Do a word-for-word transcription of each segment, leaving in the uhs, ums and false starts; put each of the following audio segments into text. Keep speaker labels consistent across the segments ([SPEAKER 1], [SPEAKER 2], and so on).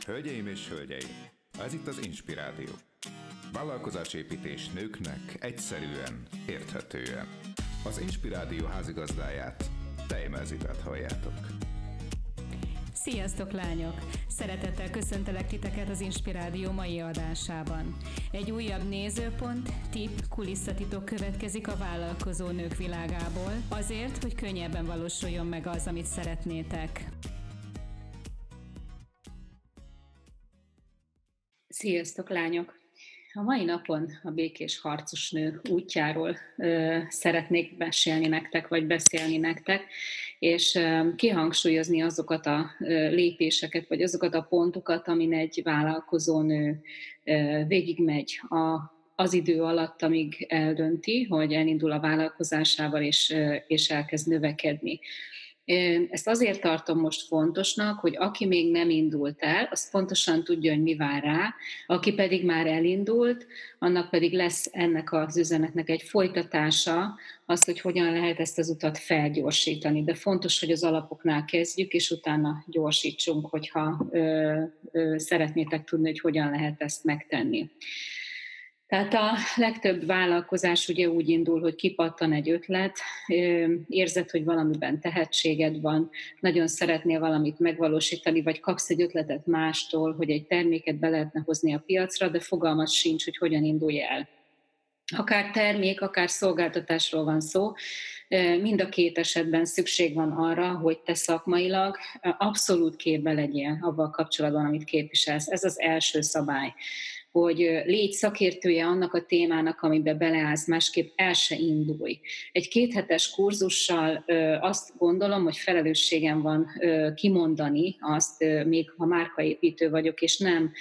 [SPEAKER 1] Hölgyeim és hölgyeim, ez itt az Inspirádió. Vállalkozásépítés nőknek egyszerűen, érthetően. Az Inspirádió házigazdáját, Tejmel Zitát halljátok.
[SPEAKER 2] Sziasztok lányok! Szeretettel köszöntelek titeket az Inspirádió mai adásában. Egy újabb nézőpont, tipp, kulisszatitok következik a vállalkozó nők világából, azért, hogy könnyebben valósuljon meg az, amit szeretnétek. Sziasztok lányok! A mai napon a békés harcos nő útjáról ö, szeretnék mesélni nektek, vagy beszélni nektek, és ö, kihangsúlyozni azokat a ö, lépéseket, vagy azokat a pontokat, amin egy vállalkozó nő ö, végigmegy a, az idő alatt, amíg eldönti, hogy elindul a vállalkozásával, és, ö, és elkezd növekedni. Ezt azért tartom most fontosnak, hogy aki még nem indult el, az pontosan tudja, hogy mi vár rá, aki pedig már elindult, annak pedig lesz ennek az üzenetnek egy folytatása, az, hogy hogyan lehet ezt az utat felgyorsítani. De fontos, hogy az alapoknál kezdjük, és utána gyorsítsunk, hogyha ö, ö, szeretnétek tudni, hogy hogyan lehet ezt megtenni. Tehát a legtöbb vállalkozás ugye úgy indul, hogy kipattan egy ötlet, érzed, hogy valamiben tehetséged van, nagyon szeretnél valamit megvalósítani, vagy kapsz egy ötletet mástól, hogy egy terméket be lehetne hozni a piacra, de fogalmad sincs, hogy hogyan indulj el. Akár termék, akár szolgáltatásról van szó, mind a két esetben szükség van arra, hogy te szakmailag abszolút képbe legyél avval kapcsolatban, amit képviselsz. Ez az első szabály, hogy légy szakértője annak a témának, amiben beleállsz, másképp el se indulj. Egy kéthetes kurzussal azt gondolom, hogy felelősségem van kimondani azt, még ha márkaépítő vagyok, és nem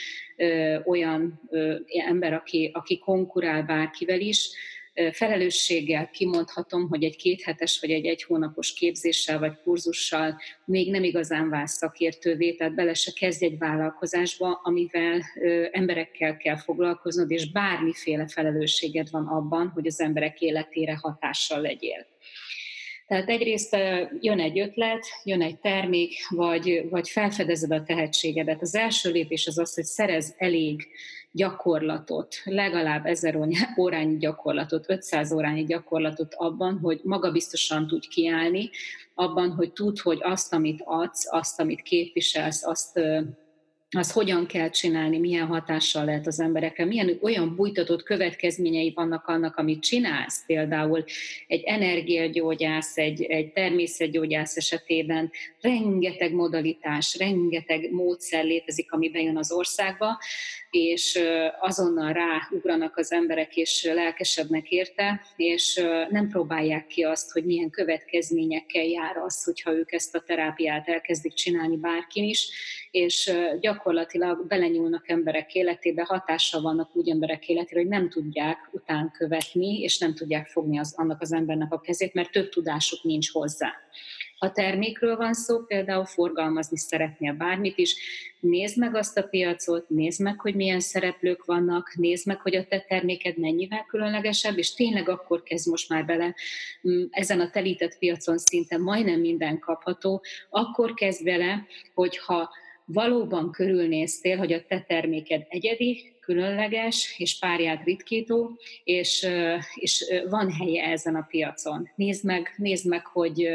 [SPEAKER 2] olyan ember, aki, aki konkurál bárkivel is, felelősséggel kimondhatom, hogy egy kéthetes vagy egy egy hónapos képzéssel vagy kurzussal még nem igazán válsz szakértővé, tehát bele se kezdj egy vállalkozásba, amivel ö, emberekkel kell foglalkoznod, és bármiféle felelősséged van abban, hogy az emberek életére hatással legyél. Tehát egyrészt jön egy ötlet, jön egy termék, vagy, vagy felfedezed a tehetségedet. Az első lépés az az, hogy szerezz elég gyakorlatot, legalább ezer órányi gyakorlatot, ötszáz órányi gyakorlatot abban, hogy magabiztosan tudj kiállni, abban, hogy tudd, hogy azt, amit adsz, azt, amit képviselsz, azt... azt hogyan kell csinálni, milyen hatással lehet az emberekre, milyen olyan bújtatott következményei vannak annak, amit csinálsz. Például egy energiagyógyász, egy, egy természetgyógyász esetében rengeteg modalitás, rengeteg módszer létezik, ami bejön az országba, és azonnal ráugranak az emberek, és lelkesednek érte, és nem próbálják ki azt, hogy milyen következményekkel jár az, hogyha ők ezt a terápiát elkezdik csinálni bárkin is, és gyakorlatilag belenyúlnak emberek életébe, hatással vannak úgy emberek életére, hogy nem tudják után követni, és nem tudják fogni az, annak az embernek a kezét, mert több tudásuk nincs hozzá. Ha termékről van szó, például forgalmazni szeretnél bármit is, nézd meg azt a piacot, nézd meg, hogy milyen szereplők vannak, nézd meg, hogy a te terméked mennyivel különlegesebb, és tényleg akkor kezd most már bele, ezen a telített piacon szinte majdnem minden kapható, akkor kezd bele, hogyha valóban körülnéztél, hogy a te terméked egyedi, különleges, és párját ritkító, és, és van helye ezen a piacon. Nézd meg, nézd meg hogy...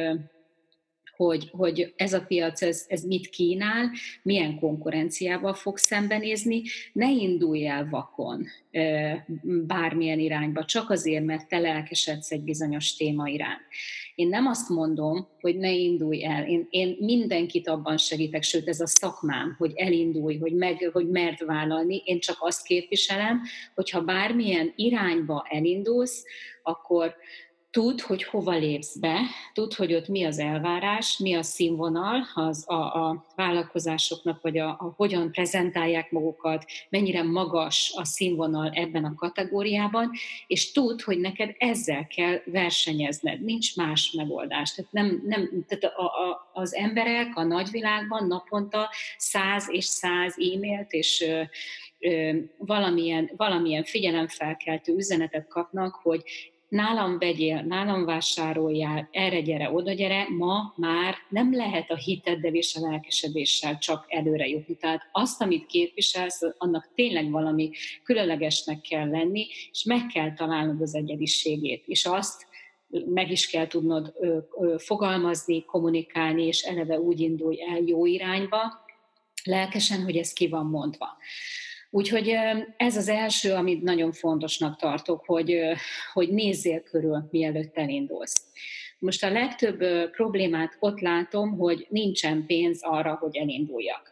[SPEAKER 2] Hogy, hogy ez a piac, ez, ez mit kínál, milyen konkurenciával fog szembenézni, ne indulj el vakon bármilyen irányba, csak azért, mert te lelkesedsz egy bizonyos téma iránt. Én nem azt mondom, hogy ne indulj el, én, én mindenkit abban segítek, sőt ez a szakmám, hogy elindulj, hogy, meg, hogy merd vállalni, én csak azt képviselem, hogyha bármilyen irányba elindulsz, akkor tudd, hogy hova lépsz be, tudd, hogy ott mi az elvárás, mi a színvonal az a, a vállalkozásoknak, vagy a, a hogyan prezentálják magukat, mennyire magas a színvonal ebben a kategóriában, és tudd, hogy neked ezzel kell versenyezned, nincs más megoldás. Tehát, nem, nem, tehát a, a, az emberek a nagyvilágban naponta száz és száz e-mailt és ö, ö, valamilyen, valamilyen figyelemfelkeltő üzenetet kapnak, hogy nálam vegyél, nálam vásároljál, erre gyere, oda gyere, ma már nem lehet a hiteddel és a lelkesedéssel csak előre jutni. Tehát azt, amit képviselsz, annak tényleg valami különlegesnek kell lenni, és meg kell találnod az egyediségét, és azt meg is kell tudnod ö, ö, fogalmazni, kommunikálni, és eleve úgy indulj el jó irányba, lelkesen, hogy ez ki van mondva. Úgyhogy ez az első, amit nagyon fontosnak tartok, hogy, hogy nézzél körül, mielőtt elindulsz. Most a legtöbb problémát ott látom, hogy nincsen pénz arra, hogy elinduljak.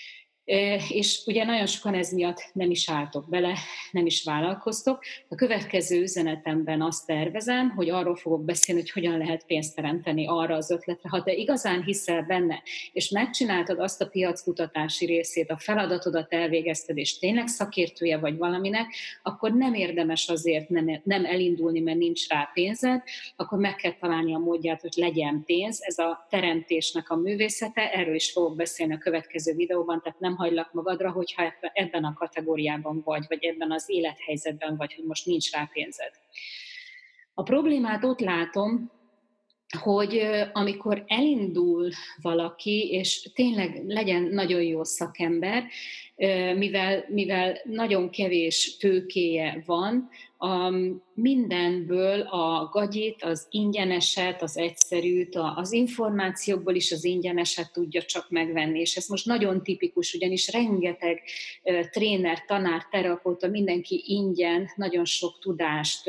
[SPEAKER 2] És ugye nagyon sokan ez miatt nem is álltok bele, nem is vállalkoztok. A következő üzenetemben azt tervezem, hogy arról fogok beszélni, hogy hogyan lehet pénzt teremteni arra az ötletre. Ha te igazán hiszel benne, és megcsináltad azt a piackutatási részét, a feladatodat elvégezted, és tényleg szakértője vagy valaminek, akkor nem érdemes azért nem, nem elindulni, mert nincs rá pénzed, akkor meg kell találni a módját, hogy legyen pénz. Ez a teremtésnek a művészete, erről is fogok beszélni a következő videóban, tehát nem hagylak magadra, hogyha ebben a kategóriában vagy, vagy ebben az élethelyzetben vagy, hogy most nincs rá pénzed. A problémát ott látom, hogy amikor elindul valaki, és tényleg legyen nagyon jó szakember, mivel, mivel nagyon kevés tőkéje van, a mindenből a gagyit, az ingyeneset, az egyszerűt, az információkból is az ingyeneset tudja csak megvenni. És ez most nagyon tipikus, ugyanis rengeteg tréner, tanár, terapeuta, mindenki ingyen nagyon sok tudást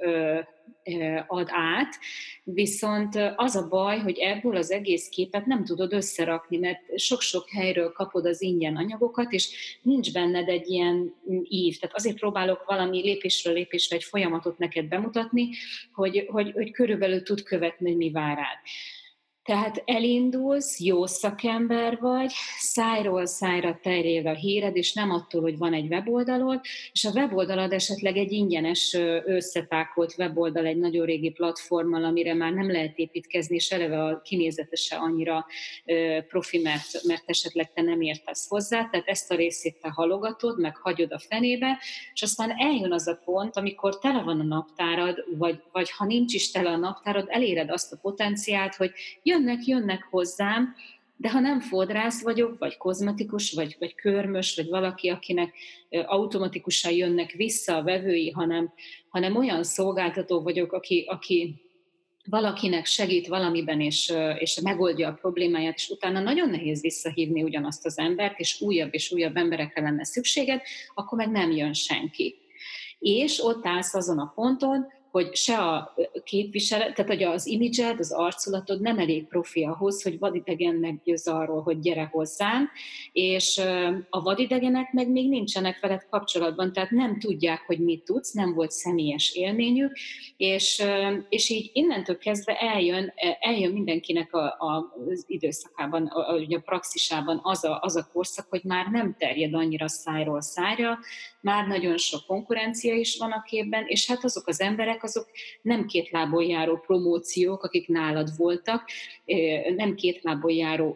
[SPEAKER 2] ad át, viszont az a baj, hogy ebből az egész képet nem tudod összerakni, mert sok-sok helyről kapod az ingyen anyagokat, és nincs benned egy ilyen ív. Tehát azért próbálok valami lépésről lépésre egy folyamatot neked bemutatni, hogy, hogy, hogy körülbelül tud követni, hogy mi vár rád. Tehát elindulsz, jó szakember vagy, szájról szájra terjed a híred, és nem attól, hogy van egy weboldalod, és a weboldalad esetleg egy ingyenes összetákolt weboldal, egy nagyon régi platformmal, amire már nem lehet építkezni, és eleve a kinézete se annyira profi, mert, mert esetleg te nem értesz hozzá, tehát ezt a részét te halogatod, meg hagyod a fenébe, és aztán eljön az a pont, amikor tele van a naptárad, vagy, vagy ha nincs is tele a naptárad, eléred azt a potenciált, hogy jönnek, jönnek hozzám, de ha nem fodrász vagyok, vagy kozmetikus, vagy, vagy körmös, vagy valaki, akinek automatikusan jönnek vissza a vevői, hanem, hanem olyan szolgáltató vagyok, aki, aki valakinek segít valamiben, és, és megoldja a problémáját, és utána nagyon nehéz visszahívni ugyanazt az embert, és újabb és újabb emberekre lenne szükséged, akkor meg nem jön senki. És ott állsz azon a ponton, hogy se a képviselet, tehát hogy az imidzsed, az arculatod nem elég profi ahhoz, hogy vadidegen meggyőzz arról, hogy gyere hozzám, és a vadidegenek meg még nincsenek veled kapcsolatban, tehát nem tudják, hogy mit tudsz, nem volt személyes élményük, és, és így innentől kezdve eljön, eljön mindenkinek a, a, az időszakában, a, a praxisában az a, az a korszak, hogy már nem terjed annyira szájról szájra, már nagyon sok konkurencia is van a képben, és hát azok az emberek, azok nem két lábon járó promóciók, akik nálad voltak, nem két lábon járó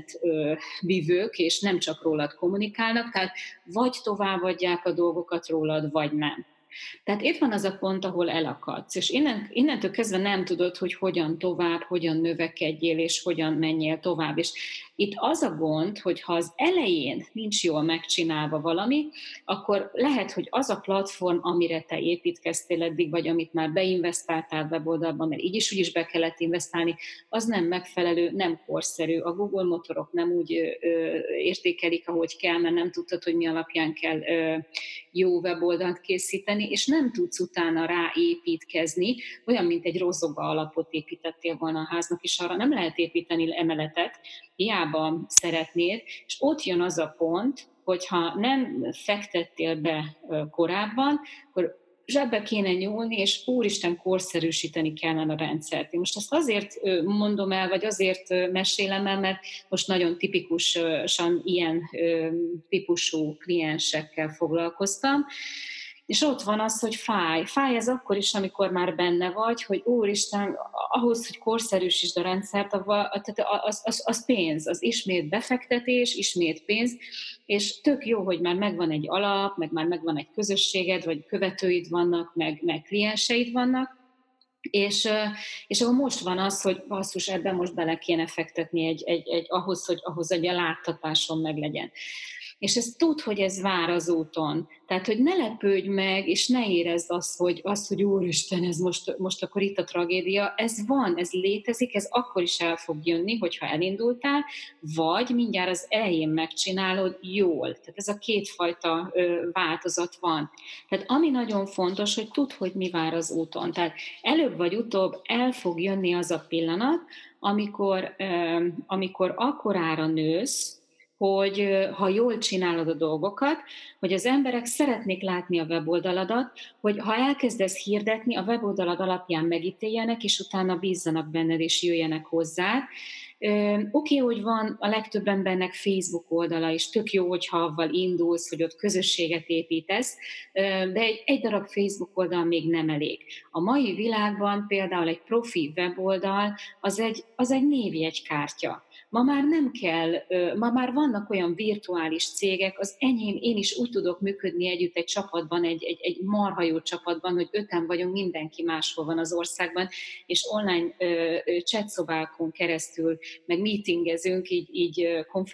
[SPEAKER 2] üzenetvívők, és nem csak rólad kommunikálnak, tehát vagy továbbadják a dolgokat rólad, vagy nem. Tehát itt van az a pont, ahol elakadsz, és innen, innentől kezdve nem tudod, hogy hogyan tovább, hogyan növekedjél, és hogyan menjél tovább. És itt az a gond, hogy ha az elején nincs jól megcsinálva valami, akkor lehet, hogy az a platform, amire te építkeztél eddig, vagy amit már beinvestáltál weboldalban, mert így is úgy is be kellett investálni, az nem megfelelő, nem korszerű. A Google motorok nem úgy ö, értékelik, ahogy kell, mert nem tudtad, hogy mi alapján kell ö, jó weboldalt készíteni, és nem tudsz utána ráépítkezni, olyan, mint egy rozoga alapot építettél volna a háznak, és arra nem lehet építeni emeletet, hiába szeretnéd, és ott jön az a pont, hogyha nem fektettél be korábban, akkor zsebbe kéne nyúlni, és úristen, korszerűsíteni kellene a rendszert. Én most ezt azért mondom el, vagy azért mesélem el, mert most nagyon tipikusan ilyen típusú kliensekkel foglalkoztam, és ott van az, hogy fáj. Fáj ez akkor is, amikor már benne vagy, hogy úristen, ahhoz, hogy korszerűsítsd a rendszert, az, az, az pénz, az ismét befektetés, ismét pénz, és tök jó, hogy már megvan egy alap, meg már megvan egy közösséged, vagy követőid vannak, meg, meg klienseid vannak, És, és akkor most van az, hogy basszus, ebben most bele kéne fektetni egy, egy, egy, ahhoz, hogy, ahhoz, hogy a láttatásom meglegyen. És ezt tud, hogy ez vár az úton. Tehát, hogy ne lepődj meg, és ne érezd azt, hogy, azt, hogy úristen, ez most, most akkor itt a tragédia. Ez van, ez létezik, ez akkor is el fog jönni, hogyha elindultál, vagy mindjárt az elején megcsinálod jól. Tehát ez a kétfajta ö, változat van. Tehát ami nagyon fontos, hogy tudd, hogy mi vár az úton. Tehát előbb vagy utóbb el fog jönni az a pillanat, amikor, ö, amikor akkorára nősz, hogy ha jól csinálod a dolgokat, hogy az emberek szeretnék látni a weboldaladat, hogy ha elkezdesz hirdetni, a weboldalad alapján megítéljenek, és utána bízzanak benned, és jöjjenek hozzá. Oké, okay, hogy van a legtöbb embernek Facebook oldala, és tök jó, hogyha avval indulsz, hogy ott közösséget építesz, de egy, egy darab Facebook oldal még nem elég. A mai világban például egy profi weboldal az egy, az egy névjegykártya. Ma már nem kell, ma már vannak olyan virtuális cégek, az enyém, én is úgy tudok működni együtt egy csapatban, egy, egy, egy marha jó csapatban, hogy öten vagyunk, mindenki máshol van az országban, és online chatszobákon keresztül, meg meetingezünk, így, így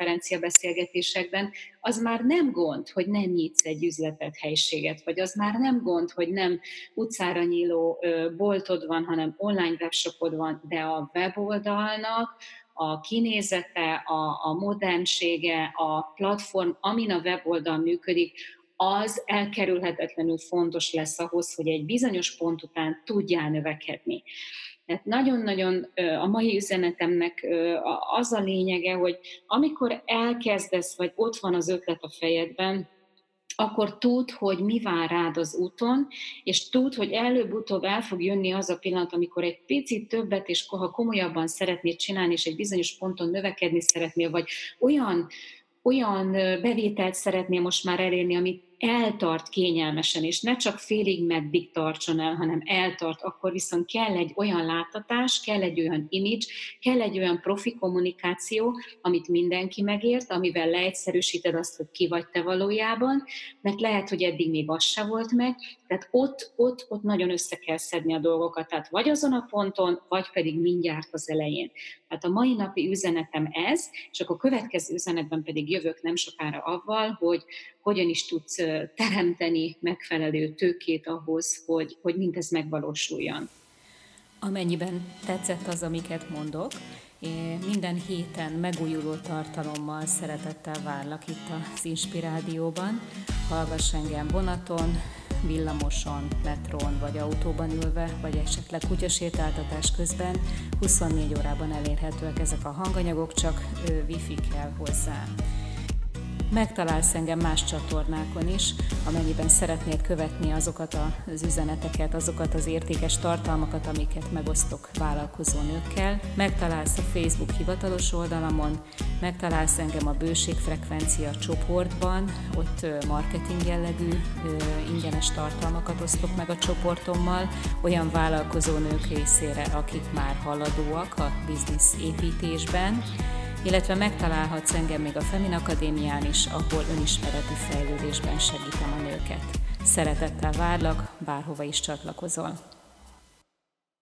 [SPEAKER 2] konferenciabeszélgetésekben, az már nem gond, hogy nem nyitsz egy üzletet, helyiséget, vagy az már nem gond, hogy nem utcára nyíló boltod van, hanem online webshopod van, de a weboldalnak a kinézete, a, a modernsége, a platform, amin a weboldal működik, az elkerülhetetlenül fontos lesz ahhoz, hogy egy bizonyos pont után tudjál növekedni. Tehát nagyon-nagyon a mai üzenetemnek az a lényege, hogy amikor elkezdesz, vagy ott van az ötlet a fejedben, akkor tudd, hogy mi vár rád az úton, és tudd, hogy előbb-utóbb el fog jönni az a pillanat, amikor egy picit többet, és ha komolyabban szeretnéd csinálni, és egy bizonyos ponton növekedni szeretnél, vagy olyan, olyan bevételt szeretnél most már elérni, amit eltart kényelmesen, és ne csak félig meddig tartson el, hanem eltart, akkor viszont kell egy olyan láttatás, kell egy olyan image, kell egy olyan profi kommunikáció, amit mindenki megért, amivel leegyszerűsíted azt, hogy ki vagy te valójában, mert lehet, hogy eddig még az se volt meg, tehát ott, ott, ott nagyon össze kell szedni a dolgokat, tehát vagy azon a ponton, vagy pedig mindjárt az elején. Tehát a mai napi üzenetem ez, és akkor a következő üzenetben pedig jövök nem sokára avval, hogy hogyan is tudsz teremteni megfelelő tőkét ahhoz, hogy, hogy mindez megvalósuljon.
[SPEAKER 3] Amennyiben tetszett az, amiket mondok, én minden héten megújuló tartalommal szeretettel várlak itt az Inspirádióban. Hallgass engem vonaton, villamoson, metrón vagy autóban ülve, vagy esetleg kutyasétáltatás közben. huszonnégy órában elérhetőek ezek a hanganyagok, csak wifi kell hozzá. Megtalálsz engem más csatornákon is, amennyiben szeretnéd követni azokat az üzeneteket, azokat az értékes tartalmakat, amiket megosztok vállalkozó nőkkel. Megtalálsz a Facebook hivatalos oldalamon, megtalálsz engem a Bőségfrekvencia csoportban, ott marketing jellegű ingyenes tartalmakat osztok meg a csoportommal, olyan vállalkozó nők részére, akik már haladóak a biznisz építésben, illetve megtalálhatsz engem még a Femin Akadémián is, ahol önismereti fejlődésben segítem a nőket. Szeretettel várlak, bárhova is csatlakozol.